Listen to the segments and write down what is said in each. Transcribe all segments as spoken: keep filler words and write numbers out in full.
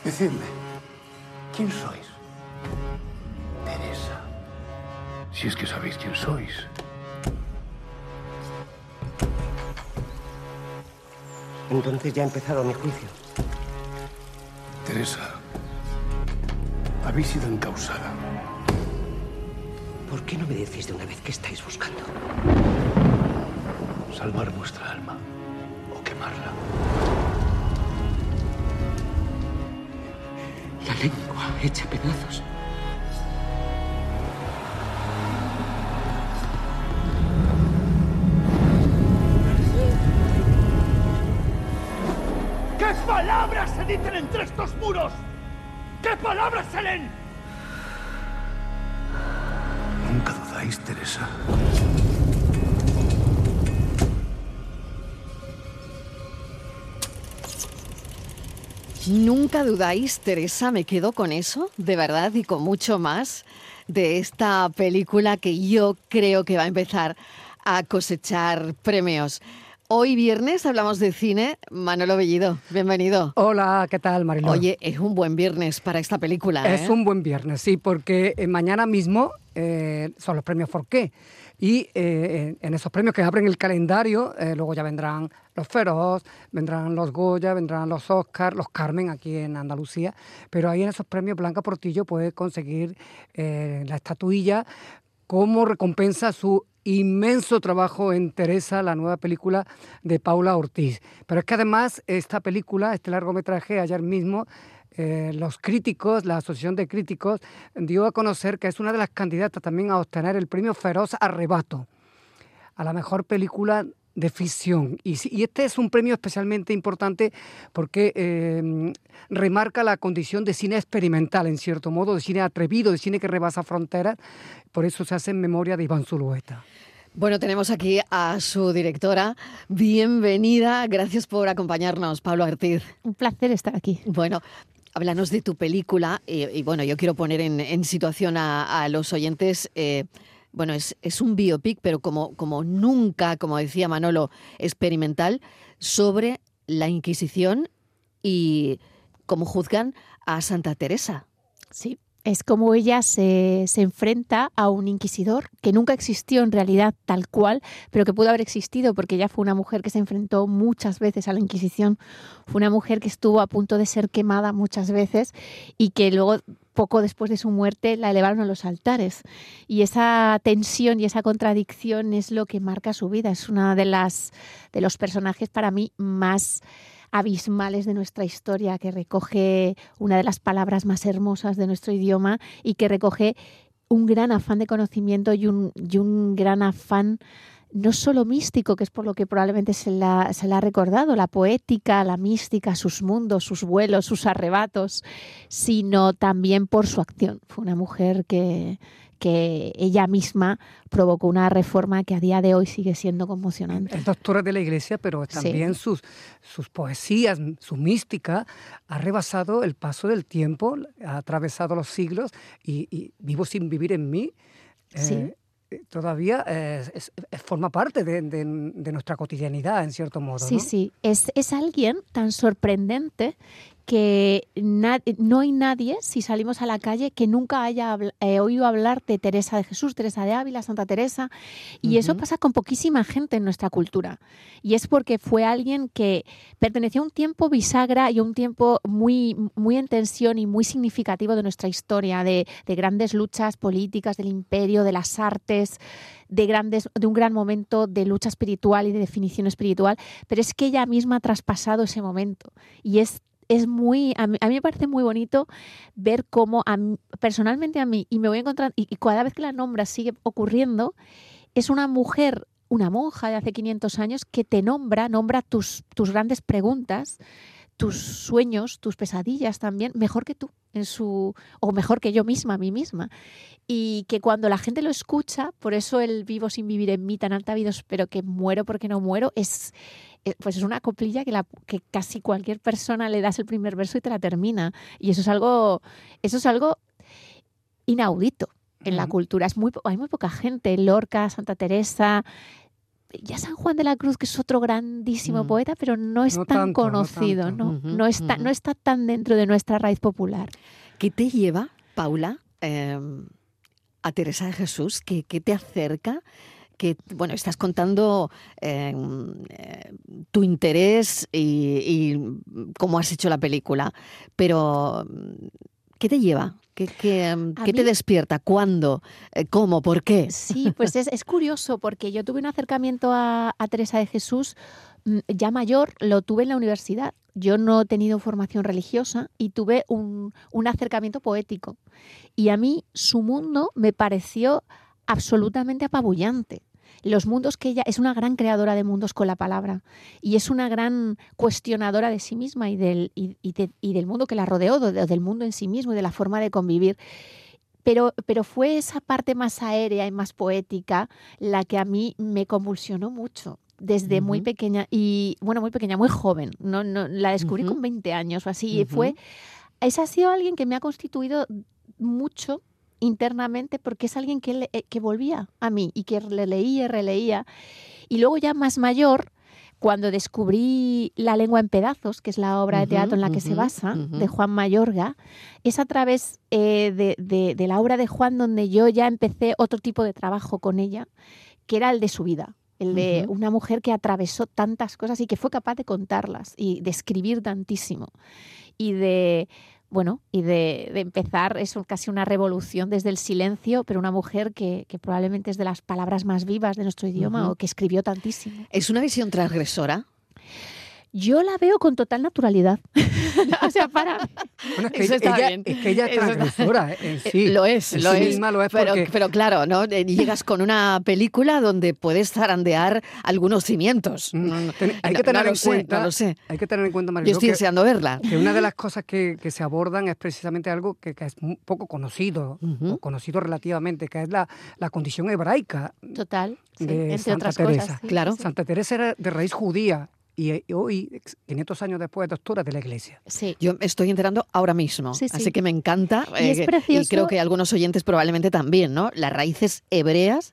Decidme, ¿quién sois? Teresa. Si es que sabéis quién sois. Entonces ya ha empezado mi juicio. Teresa, habéis sido encausada. ¿Por qué no me decís de una vez qué estáis buscando? Salvar vuestra alma o quemarla. La lengua hecha pedazos. ¿Qué palabras se dicen entre estos muros? ¿Qué palabras se leen? Nunca dudáis, Teresa. Nunca dudáis, Teresa, me quedo con eso, de verdad, y con mucho más de esta película que yo creo que va a empezar a cosechar premios. Hoy viernes hablamos de cine. Manolo Bellido, bienvenido. Hola, ¿qué tal, Mariló? Oye, es un buen viernes para esta película, ¿eh? Es un buen viernes, sí, porque eh, mañana mismo eh, son los premios Forqué. Y eh, en esos premios que abren el calendario, eh, luego ya vendrán los Feroz, vendrán los Goya, vendrán los Oscar, los Carmen aquí en Andalucía. Pero ahí en esos premios Blanca Portillo puede conseguir eh, la estatuilla como recompensa su inmenso trabajo en Teresa, la nueva película de Paula Ortiz. Pero es que además esta película, este largometraje, ayer mismo eh, los críticos, la Asociación de Críticos, dio a conocer que es una de las candidatas también a obtener el premio Feroz Arrebato a la mejor película de ficción. Y, y este es un premio especialmente importante porque eh, remarca la condición de cine experimental, en cierto modo, de cine atrevido, de cine que rebasa fronteras. Por eso se hace en memoria de Iván Zulueta. Bueno, tenemos aquí a su directora. Bienvenida, gracias por acompañarnos, Paula Ortiz. Un placer estar aquí. Bueno, háblanos de tu película y, y bueno, yo quiero poner en, en situación a, a los oyentes. Eh, bueno, es, es un biopic, pero como, como nunca, como decía Manolo, experimental, sobre la Inquisición y cómo juzgan a Santa Teresa. Sí. Es como ella se, se enfrenta a un inquisidor que nunca existió en realidad tal cual, pero que pudo haber existido porque ella fue una mujer que se enfrentó muchas veces a la Inquisición. Fue una mujer que estuvo a punto de ser quemada muchas veces y que luego, poco después de su muerte, la elevaron a los altares. Y esa tensión y esa contradicción es lo que marca su vida. Es una de las de los personajes para mí más abismales de nuestra historia, que recoge una de las palabras más hermosas de nuestro idioma y que recoge un gran afán de conocimiento y un, y un gran afán no solo místico, que es por lo que probablemente se la, se la ha recordado, la poética, la mística, sus mundos, sus vuelos, sus arrebatos, sino también por su acción. Fue una mujer que, que ella misma provocó una reforma que a día de hoy sigue siendo conmocionante. Es doctora de la Iglesia, pero también sí. sus, sus poesías, su mística, ha rebasado el paso del tiempo, ha atravesado los siglos y, y Vivo sin vivir en mí. Eh, sí. Todavía eh, es, es, forma parte de, de, de nuestra cotidianidad, en cierto modo. Sí, ¿no? sí. Es, es alguien tan sorprendente que na- no hay nadie, si salimos a la calle, que nunca haya eh, oído hablar de Teresa de Jesús, Teresa de Ávila, Santa Teresa. Y uh-huh. eso pasa con poquísima gente en nuestra cultura. Y es porque fue alguien que perteneció a un tiempo bisagra y a un tiempo muy, muy en tensión y muy significativo de nuestra historia, de, de grandes luchas políticas, del imperio, de las artes, de, grandes, de un gran momento de lucha espiritual y de definición espiritual. Pero es que ella misma ha traspasado ese momento. Y es Es muy, a mí, a mí me parece muy bonito ver cómo a mí, personalmente a mí, y me voy a encontrar, y, y cada vez que la nombra sigue ocurriendo, es una mujer, una monja de hace quinientos años que te nombra, nombra tus, tus grandes preguntas, tus sueños, tus pesadillas también, mejor que tú, en su, o mejor que yo misma, a mí misma. Y que cuando la gente lo escucha, por eso el Vivo sin vivir en mí, tan alta vida, pero que muero porque no muero, es... pues es una coplilla que, la, que casi cualquier persona le das el primer verso y te la termina. Y eso es algo, eso es algo inaudito en uh-huh. la cultura. Es muy, hay muy poca gente, Lorca, Santa Teresa, ya San Juan de la Cruz, que es otro grandísimo Mm. poeta, pero no es No tan tanto, no conocido, tanto. no, Ujú, no, está, ujú. no está tan dentro de nuestra raíz popular. ¿Qué te lleva, Paula, eh, a Teresa de Jesús? ¿Qué, qué te acerca? Que, bueno, estás contando eh, eh, tu interés y, y cómo has hecho la película, pero ¿qué te lleva? ¿Qué, qué, eh, A qué te mí- despierta? ¿Cuándo? Eh, ¿Cómo? ¿Por qué? Sí, pues es, es curioso porque yo tuve un acercamiento a, a Teresa de Jesús mm, ya mayor, lo tuve en la universidad. Yo no he tenido formación religiosa y tuve un, un acercamiento poético. Y a mí su mundo me pareció absolutamente apabullante. Los mundos que ella es una gran creadora de mundos con la palabra y es una gran cuestionadora de sí misma y del, y, y de- y del mundo que la rodeó, de- del mundo en sí mismo y de la forma de convivir. Pero, pero fue esa parte más aérea y más poética la que a mí me convulsionó mucho desde muy Ujú. pequeña y, bueno, muy pequeña, muy joven. No, no, la descubrí Ujú. con veinte años o así. Y Ujú. fue, esa ha sido alguien que me ha constituido mucho internamente porque es alguien que, le- eh, que volvía a mí y que le leía y releía. Y luego ya más mayor, cuando descubrí La lengua en pedazos, que es la obra de Ujú, teatro en la que se ujú, basa, ujú. de Juan Mayorga, es a través eh, de, de- de la obra de Juan donde yo ya empecé otro tipo de trabajo con ella, que era el de su vida. El de Ujú. una mujer que atravesó tantas cosas y que fue capaz de contarlas y de escribir tantísimo. Y de, bueno, y de, de empezar, es un- casi una revolución desde el silencio, pero una mujer que, que probablemente es de las palabras más vivas de nuestro idioma Ujú. o que escribió tantísimo. ¿Es una visión transgresora? Yo la veo con total naturalidad. O sea, para mí. Bueno, es que Eso está ella, bien. es que ella es Eso está- transgresora eh, en sí. Eh, Lo es, En lo sí es. misma lo es pero, porque... pero claro, ¿no? Eh, Llegas con una película donde puedes zarandear algunos cimientos. Mm, No, no, ten- hay no, que tener no lo en sé, cuenta, no lo sé. hay que tener en cuenta, Yo Mariló, estoy que, deseando verla. que una de las cosas que, que se abordan es precisamente algo que, que es un poco conocido, Ujú. o conocido relativamente, que es la, la condición hebraica Total, sí, de entre Santa otras Teresa. cosas. sí, Claro. sí, sí. Santa Teresa era de raíz judía y, y hoy, quinientos años después, doctora de la Iglesia. Sí. Yo me estoy enterando ahora mismo, Sí, sí. así que me encanta. Y es eh, precioso. y creo que algunos oyentes probablemente también, ¿no? Las raíces hebreas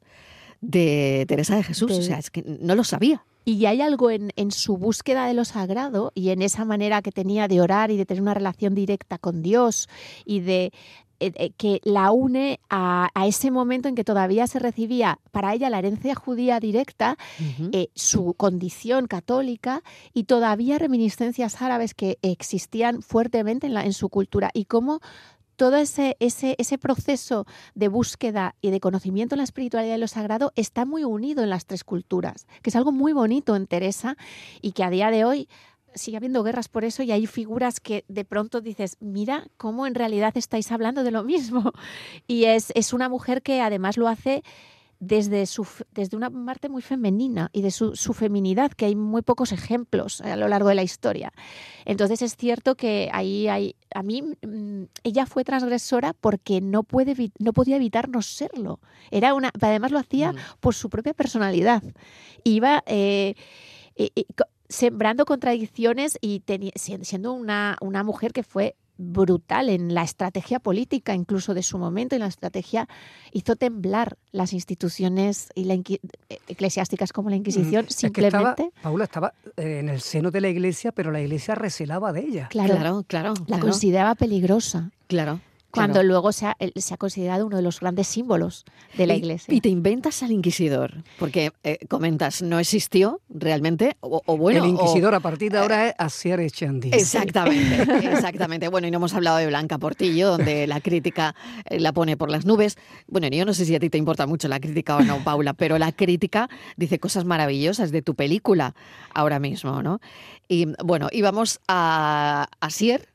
de Teresa de Jesús. De- O sea, es que no lo sabía. Y hay algo en, en su búsqueda de lo sagrado y en esa manera que tenía de orar y de tener una relación directa con Dios y de eh, eh, que la une a, a ese momento en que todavía se recibía para ella la herencia judía directa, Ujú. eh, su condición católica y todavía reminiscencias árabes que existían fuertemente en, la, en su cultura y cómo todo ese, ese, ese proceso de búsqueda y de conocimiento en la espiritualidad y lo sagrado está muy unido en las tres culturas, que es algo muy bonito en Teresa y que a día de hoy sigue habiendo guerras por eso y hay figuras que de pronto dices, mira cómo en realidad estáis hablando de lo mismo. Y es, es una mujer que además lo hace desde, su, desde una parte muy femenina y de su, su feminidad, que hay muy pocos ejemplos a lo largo de la historia. Entonces es cierto que ahí hay, a mí mm, ella fue transgresora porque no, puede, evi- no podía evitar no serlo. Era una, además lo hacía Mm. por su propia personalidad. Iba eh, eh, eh, co- sembrando contradicciones y teni- si- siendo una, una mujer que fue brutal en la estrategia política incluso de su momento y la estrategia hizo temblar las instituciones y la inqui- eclesiásticas como la Inquisición Mm, es que simplemente. estaba, Paula estaba eh, en el seno de la Iglesia, pero la Iglesia recelaba de ella. Claro, Claro, claro. la claro, consideraba peligrosa. claro. Cuando claro. luego se ha, el- se ha considerado uno de los grandes símbolos de la Y- Iglesia. Y te inventas al inquisidor, porque eh, comentas, no existió realmente, o, o bueno... el o- inquisidor a partir de ahora es Asier Echandí. Exactamente, exactamente. Bueno, y no hemos hablado de Blanca Portillo, donde la crítica eh, la pone por las nubes. Bueno, yo no sé si a ti te importa mucho la crítica o no, Paula, pero la crítica dice cosas maravillosas de tu película ahora mismo, ¿no? Y bueno, íbamos a Asier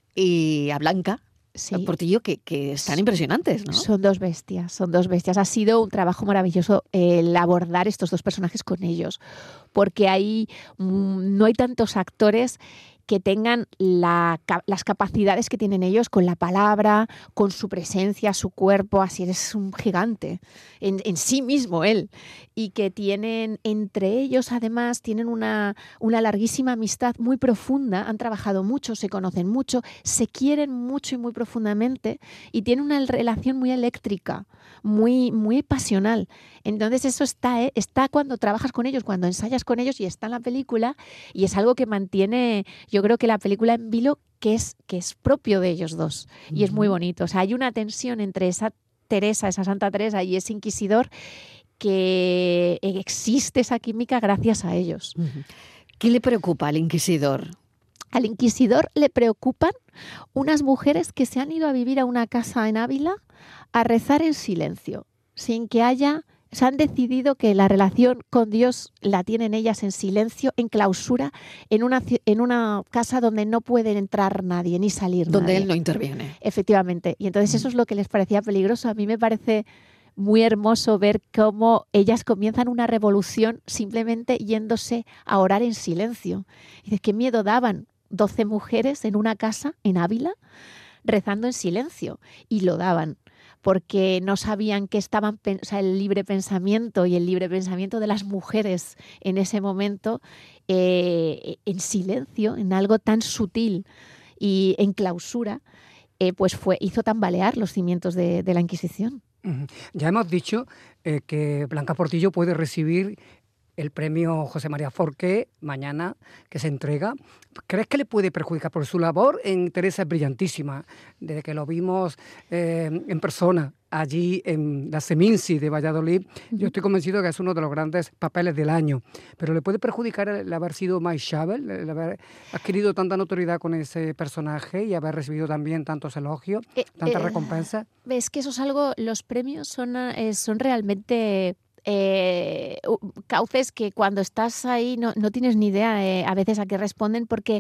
y a Blanca Sí. Portillo, que, que están impresionantes, ¿no? Son dos bestias, son dos bestias. Ha sido un trabajo maravilloso el abordar estos dos personajes con ellos, porque ahí mm, no hay tantos actores que tengan la, las capacidades que tienen ellos con la palabra, con su presencia, su cuerpo, así es un gigante en, en sí mismo él, y que tienen entre ellos además tienen una, una larguísima amistad muy profunda, han trabajado mucho, se conocen mucho, se quieren mucho y muy profundamente y tienen una relación muy eléctrica, muy, muy pasional. Entonces eso está, ¿eh? está cuando trabajas con ellos, cuando ensayas con ellos y está en la película, y es algo que mantiene, yo creo que la película en vilo, que es, que es propio de ellos dos, y uh-huh. es muy bonito. O sea, hay una tensión entre esa Teresa, esa Santa Teresa y ese inquisidor, que existe esa química gracias a ellos. Uh-huh. ¿Qué le preocupa al inquisidor? Al inquisidor le preocupan unas mujeres que se han ido a vivir a una casa en Ávila a rezar en silencio, sin que haya... Se han decidido que la relación con Dios la tienen ellas en silencio, en clausura, en una, en una casa donde no puede entrar nadie ni salir donde nadie. Él no interviene. Efectivamente. Y entonces eso es lo que les parecía peligroso. A mí me parece muy hermoso ver cómo ellas comienzan una revolución simplemente yéndose a orar en silencio. Y de qué miedo daban doce mujeres en una casa en Ávila rezando en silencio. Y lo daban, porque no sabían que estaban, o sea, el libre pensamiento y el libre pensamiento de las mujeres en ese momento, eh, en silencio, en algo tan sutil y en clausura, eh, pues fue, hizo tambalear los cimientos de, de la Inquisición. Ya hemos dicho eh, que Blanca Portillo puede recibir el premio José María Forqué mañana, que se entrega. ¿Crees que le puede perjudicar? Por su labor en Teresa es brillantísima. Desde que lo vimos eh, en persona allí en la Seminci de Valladolid, uh-huh. yo estoy convencido que es uno de los grandes papeles del año. Pero ¿le puede perjudicar el haber sido Maixabel, el haber adquirido tanta notoriedad con ese personaje y haber recibido también tantos elogios, eh, tantas eh, recompensas? Es que eso es algo, los premios son, eh, son realmente... Eh, cauces que cuando estás ahí no, no tienes ni idea eh, a veces a qué responden, porque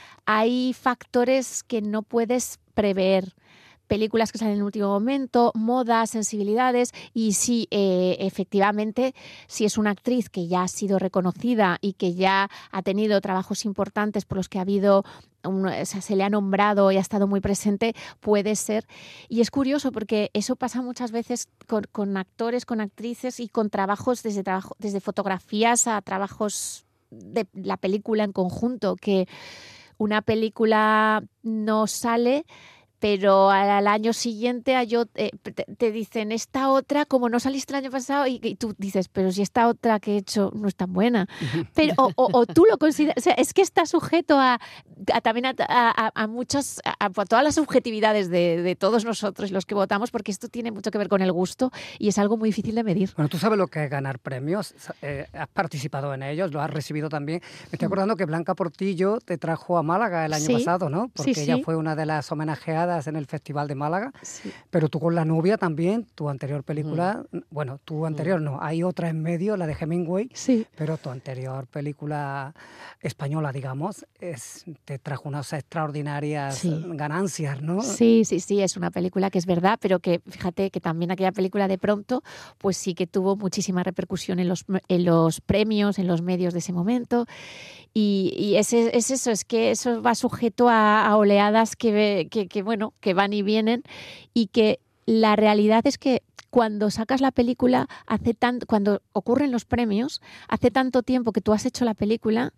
hay factores que no puedes prever. Películas que salen en el último momento, modas, sensibilidades, y sí, eh, efectivamente, si es una actriz que ya ha sido reconocida y que ya ha tenido trabajos importantes por los que ha habido, un, o sea, se le ha nombrado y ha estado muy presente, puede ser. Y es curioso porque eso pasa muchas veces con, con actores, con actrices y con trabajos, desde, trabajo, desde fotografías a trabajos de la película en conjunto, que una película no sale, pero al año siguiente a yo, eh, te, te dicen, esta otra, como no saliste el año pasado, y, y tú dices, pero si esta otra que he hecho no es tan buena. Pero, o, o, o tú lo consideras, o sea, es que está sujeto a, a también a, a, a muchas, a, a todas las subjetividades de, de todos nosotros, los que votamos, porque esto tiene mucho que ver con el gusto y es algo muy difícil de medir. Bueno, tú sabes lo que es ganar premios, eh, has participado en ellos, lo has recibido también. Me estoy acordando que Blanca Portillo te trajo a Málaga el año sí, pasado, ¿no? Porque sí, ella sí. fue una de las homenajeadas en el Festival de Málaga, Sí. pero tú con La novia también, tu anterior película, mm. bueno, tu anterior mm. no, hay otra en medio, la de Hemingway, sí. pero tu anterior película española, digamos, es, te trajo unas extraordinarias sí. ganancias, ¿no? Sí, sí, sí, es una película que es verdad, pero que fíjate que también aquella película de pronto, pues sí que tuvo muchísima repercusión en los, en los premios, en los medios de ese momento. Y, y es, es eso, es que eso va sujeto a, a oleadas que, que, que, bueno, que van y vienen, y que la realidad es que cuando sacas la película, hace tan, cuando ocurren los premios, hace tanto tiempo que tú has hecho la película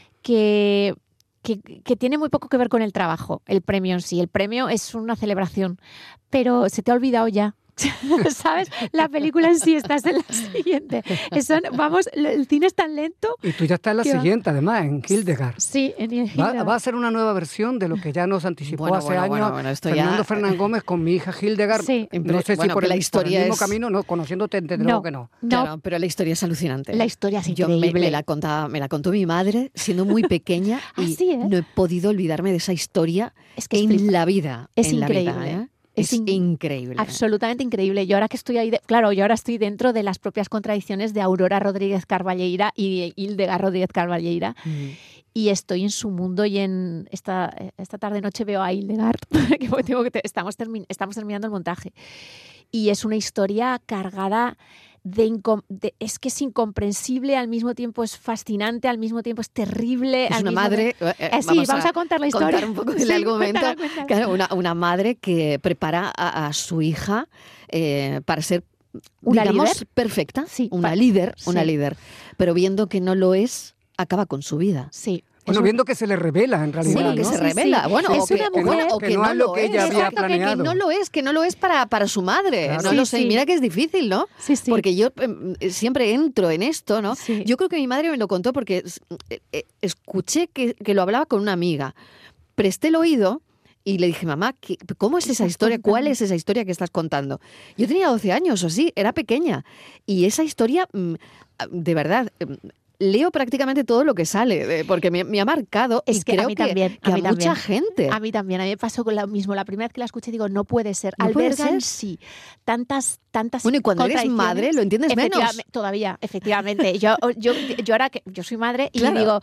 que, que, que tiene muy poco que ver con el trabajo, el premio en sí. El premio es una celebración, pero se te ha olvidado ya. ¿Sabes? La película en sí, estás en la siguiente. Eso, vamos, el cine es tan lento. Y tú ya estás en la siguiente, va... además, en Hildegard. Sí, en Hildegard. Va, va a ser una nueva versión de lo que ya nos anticipó bueno, hace bueno, años bueno, bueno, Fernando ya... Fernández Gómez con Mi hija Hildegard. Sí. No sé bueno, si por, la el, historia por el mismo es... camino, no, conociéndote, desde no, luego que no. no. Claro, pero la historia es alucinante. La historia es Yo increíble. Me, me, la contaba, me la contó mi madre siendo muy pequeña y Así, ¿eh? no he podido olvidarme de esa historia es que en es la vida. Es en increíble. La vida, ¿eh? Es, es in- increíble. Absolutamente increíble. Yo ahora que estoy ahí, de, claro, yo ahora estoy dentro de las propias contradicciones de Aurora Rodríguez Carballeira y de Hildegard Rodríguez Carballeira. Mm. Y estoy en su mundo y en esta, esta tarde-noche veo a Hildegard, que tengo que te, estamos, termi- estamos terminando el montaje. Y es una historia cargada de, incom- de es que es incomprensible, al mismo tiempo es fascinante, al mismo tiempo es terrible. Es al una mismo madre... tiempo- eh, Eh, sí, vamos a, contar la historia. Contar un poco del Sí, argumento. cuéntala, cuéntala. Claro, una, una madre que prepara a, a su hija eh, para ser, ¿Una digamos, líder? perfecta. Sí, una pa- líder, una sí. líder. Pero viendo que no lo es, acaba con su vida. Sí. Bueno, es un- viendo que se le revela en realidad, Bueno, que ¿no? se Sí, revela. sí. Bueno, Es o que, una que mujer- no, o que que no no es lo lo que es. ella había Exacto, que- planeado. Que no lo es, que no lo es para, para su madre. Claro. No Sí, lo sé. sí. Mira que es difícil, ¿no? Sí, sí. Porque yo eh, siempre entro en esto, ¿no? Sí. Yo creo que mi madre me lo contó porque eh, eh, escuché que, que lo hablaba con una amiga. Presté el oído y le dije, mamá, ¿qué- ¿cómo es ¿Qué esa estás historia? ¿Cuál contando? es esa historia que estás contando? Yo tenía doce años o así, era pequeña. Y esa historia, mm, de verdad, mm, leo prácticamente todo lo que sale, eh, porque me, me ha marcado Es y que a creo mí que, también, que a a, mí mucha también. gente. A mí también, a mí me pasó con lo mismo. La primera vez que la escuché digo, no puede ser. No puede Alberga en ser. sí tantas, tantas Bueno, y cuando eres contradicciones. madre lo entiendes menos. Efectivamente, todavía, efectivamente. Yo, yo, yo ahora que yo soy madre y Claro. digo,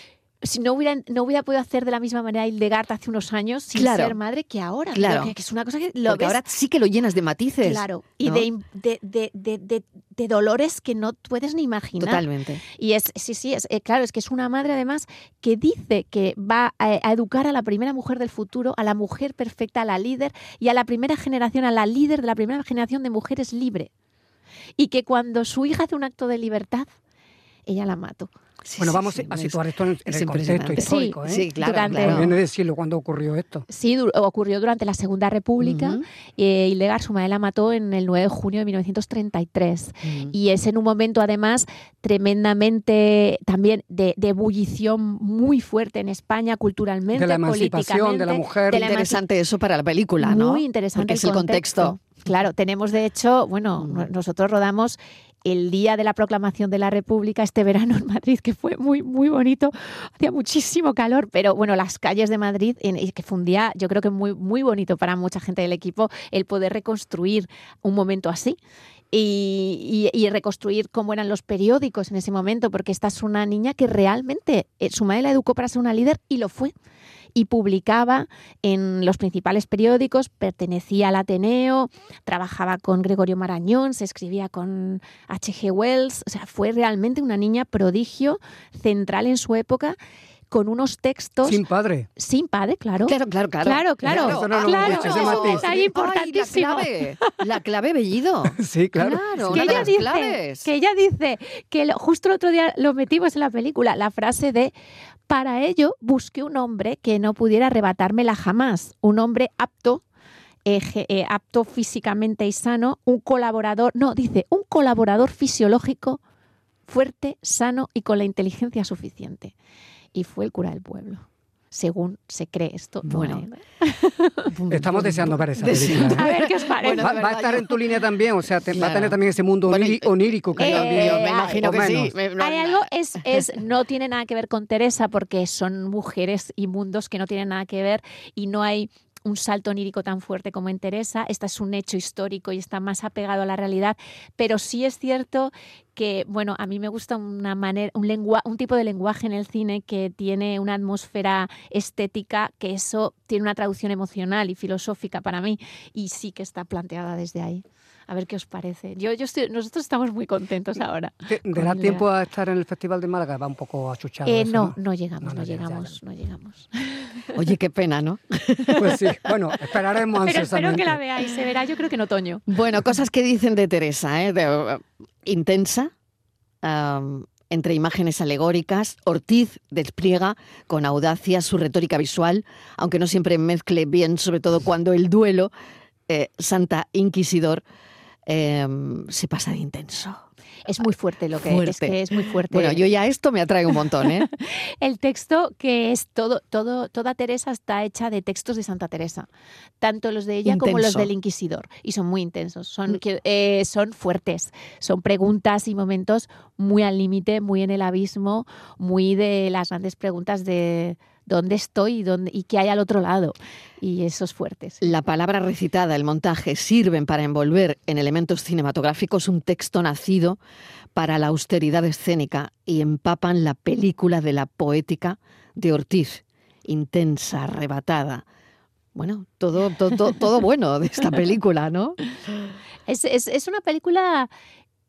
si no hubiera, no hubiera podido hacer de la misma manera Hildegard hace unos años sin Claro. ser madre que ahora. Claro. Lo que, que es una cosa que lo Porque ves, ahora sí que lo llenas de matices. claro, y ¿no? de, de, de, de, de, de dolores que no puedes ni imaginar. Totalmente. Y es, sí, sí, es, eh, claro, es que es una madre además que dice que va a, a educar a la primera mujer del futuro, a la mujer perfecta, a la líder y a la primera generación, a la líder de la primera generación de mujeres libre. Y que cuando su hija hace un acto de libertad, ella la mató. Sí, Bueno, sí, vamos sí, a es- situar esto en, en es el contexto impresionante. histórico, ¿eh? Sí, claro, Durante- claro. Conviene decirlo cuando ocurrió esto. Sí, du- ocurrió durante la Segunda República. Ujú. eh, Hildegard, su madre, la mató en el nueve de junio de mil novecientos treinta y tres. Mm. Y es en un momento, además, tremendamente también de, de ebullición muy fuerte en España, culturalmente, De la emancipación de la políticamente, mujer. de la Interesante eso para la película, ¿no? Muy interesante. Porque es el contexto. Claro, tenemos de hecho, bueno, Mm. nosotros rodamos el día de la proclamación de la República este verano en Madrid, que fue muy, muy bonito. Hacía muchísimo calor, pero bueno, las calles de Madrid, en- y que fue un día, yo creo que muy, muy bonito para mucha gente del equipo, el poder reconstruir un momento así. Y, y- y reconstruir cómo eran los periódicos en ese momento, porque esta es una niña que realmente eh, su madre la educó para ser una líder y lo fue. Y publicaba en los principales periódicos, pertenecía al Ateneo, trabajaba con Gregorio Marañón, se escribía con H G Wells, o sea, fue realmente una niña prodigio, central en su época, con unos textos Sin padre. sin padre, claro. Claro, claro, claro. Claro, claro, Eso no lo hemos claro, dicho, ese es un matiz. detalle Ay, importantísimo. la clave, la clave Bellido. Sí, claro. Claro, que una de ella las dice, claves. que ella dice que lo- justo el otro día lo metimos en la película, la frase de para ello busqué un hombre que no pudiera arrebatármela jamás, un hombre apto, eh, ge- eh, apto físicamente y sano, un colaborador, no, dice, un colaborador fisiológico fuerte, sano y con la inteligencia suficiente. Y fue el cura del pueblo, según se cree esto. no Bueno. es. Estamos deseando ver esa Sí. película. A ¿eh? ver qué os parece. Bueno, Va, de va a verdad, estar yo- en tu línea también, o sea, te- va a Claro. tener también ese mundo Bueno, oníri- y- onírico que Eh, también. Yo me eh, imagino o que sí. menos. Me- no- Hay algo, es, es, no tiene nada que ver con Teresa porque son mujeres y mundos que no tienen nada que ver y no hay un salto onírico tan fuerte como en Teresa. Este es un hecho histórico y está más apegado a la realidad, pero sí es cierto que, bueno, a mí me gusta una manera, un, lengua, un tipo de lenguaje en el cine que tiene una atmósfera estética, que eso tiene una traducción emocional y filosófica para mí y sí que está planteada desde ahí. A ver qué os parece. Yo, yo estoy, nosotros estamos muy contentos ahora. ¿Te con dará el tiempo a estar en el Festival de Málaga? Va un poco achuchado. Eh, eso, no, no llegamos, No, no, no llega, ya, llegamos, no llegamos. Oye, qué pena, ¿no? Pues sí, bueno, esperaremos Pero espero ansiosamente. que la veáis, se verá yo creo que en otoño. Bueno, cosas que dicen de Teresa, ¿eh? De, uh, intensa, um, entre imágenes alegóricas. Ortiz despliega con audacia su retórica visual, aunque no siempre mezcle bien, sobre todo cuando el duelo, eh, Santa Inquisidor, eh, se pasa de intenso. Es muy fuerte lo que Fuerte. es, que es muy fuerte. Bueno, yo ya esto me atrae un montón, ¿eh? El texto que es todo, todo, toda Teresa está hecha de textos de Santa Teresa, tanto los de ella como los Intenso. del Inquisidor, y son muy intensos, son, que- eh, son fuertes, son preguntas y momentos muy al límite, muy en el abismo, muy de las grandes preguntas de dónde estoy y, dónde, y qué hay al otro lado, y esos fuertes. La palabra recitada, el montaje, sirven para envolver en elementos cinematográficos un texto nacido para la austeridad escénica y empapan la película de la poética de Ortiz, intensa, arrebatada. Bueno, todo, todo, todo, todo bueno de esta película, ¿no? Es, es, es una película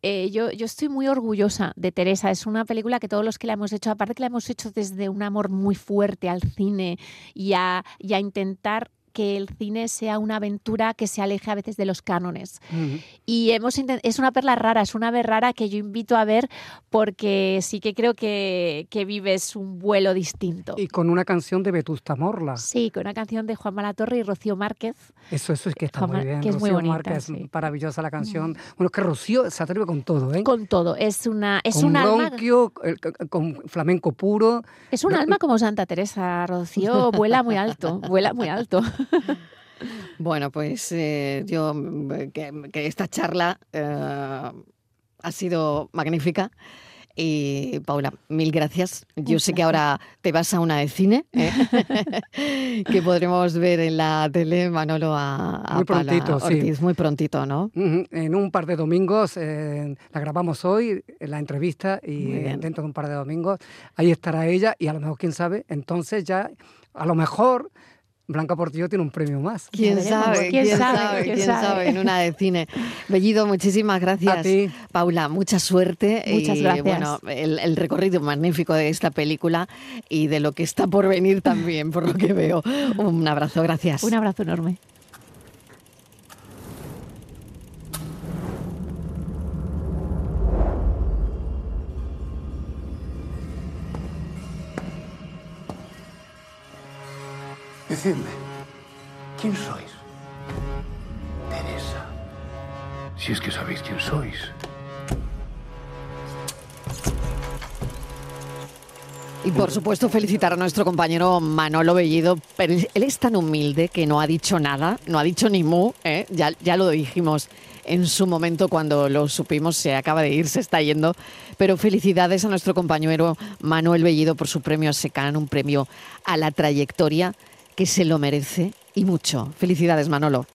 eh, yo, yo estoy muy orgullosa de Teresa. Es una película que todos los que la hemos hecho, aparte que la hemos hecho desde un amor muy fuerte al cine y a, y a intentar que el cine sea una aventura que se aleje a veces de los cánones. Uh-huh. Y hemos intent- es una perla rara, es una ave rara que yo invito a ver porque sí que creo que, que vives un vuelo distinto. Y con una canción de Vetusta Morla. Sí, con una canción de Juan Malatorre y Rocío Márquez. Eso, eso es que está Juan, muy bien. Que es Rocío muy bonita, Márquez, sí. Es maravillosa la canción. Uh-huh. Bueno, que Rocío se atreve con todo, ¿eh? Con todo. Es una es con un bronquio, alma... con flamenco puro. Es un no, alma como Santa Teresa. Rocío vuela muy alto, vuela muy alto. Bueno, pues eh, yo que, que esta charla eh, ha sido magnífica. Y Paula, mil gracias. Yo Muchas sé que ahora te vas a una de cine, ¿eh? que podremos ver en la tele, Manolo, a, a muy prontito, Paula Ortiz, sí. muy prontito, ¿no? Uh-huh. En un par de domingos, eh, la grabamos hoy, la entrevista, y dentro de un par de domingos, ahí estará ella, y a lo mejor, quién sabe, entonces ya, a lo mejor... Blanca Portillo tiene un premio más. ¿Quién sabe? ¿Quién, ¿Quién sabe? sabe? ¿Quién, ¿Quién sabe? sabe? En una de cine. Bellido, muchísimas gracias. A ti. Paula, mucha suerte. Muchas y, gracias. Bueno, el, el recorrido magnífico de esta película y de lo que está por venir también, por lo que veo. Un abrazo, gracias. Un abrazo enorme. Decidme, ¿quién sois? Teresa. Si es que sabéis quién sois. Y por supuesto felicitar a nuestro compañero Manolo Bellido, pero él es tan humilde que no ha dicho nada, no ha dicho ni mu, ¿eh? ya, ya lo dijimos en su momento cuando lo supimos, se acaba de ir, se está yendo, pero felicidades a nuestro compañero Manuel Bellido por su premio a SECAN, un premio a la trayectoria que se lo merece y mucho. Felicidades, Manolo.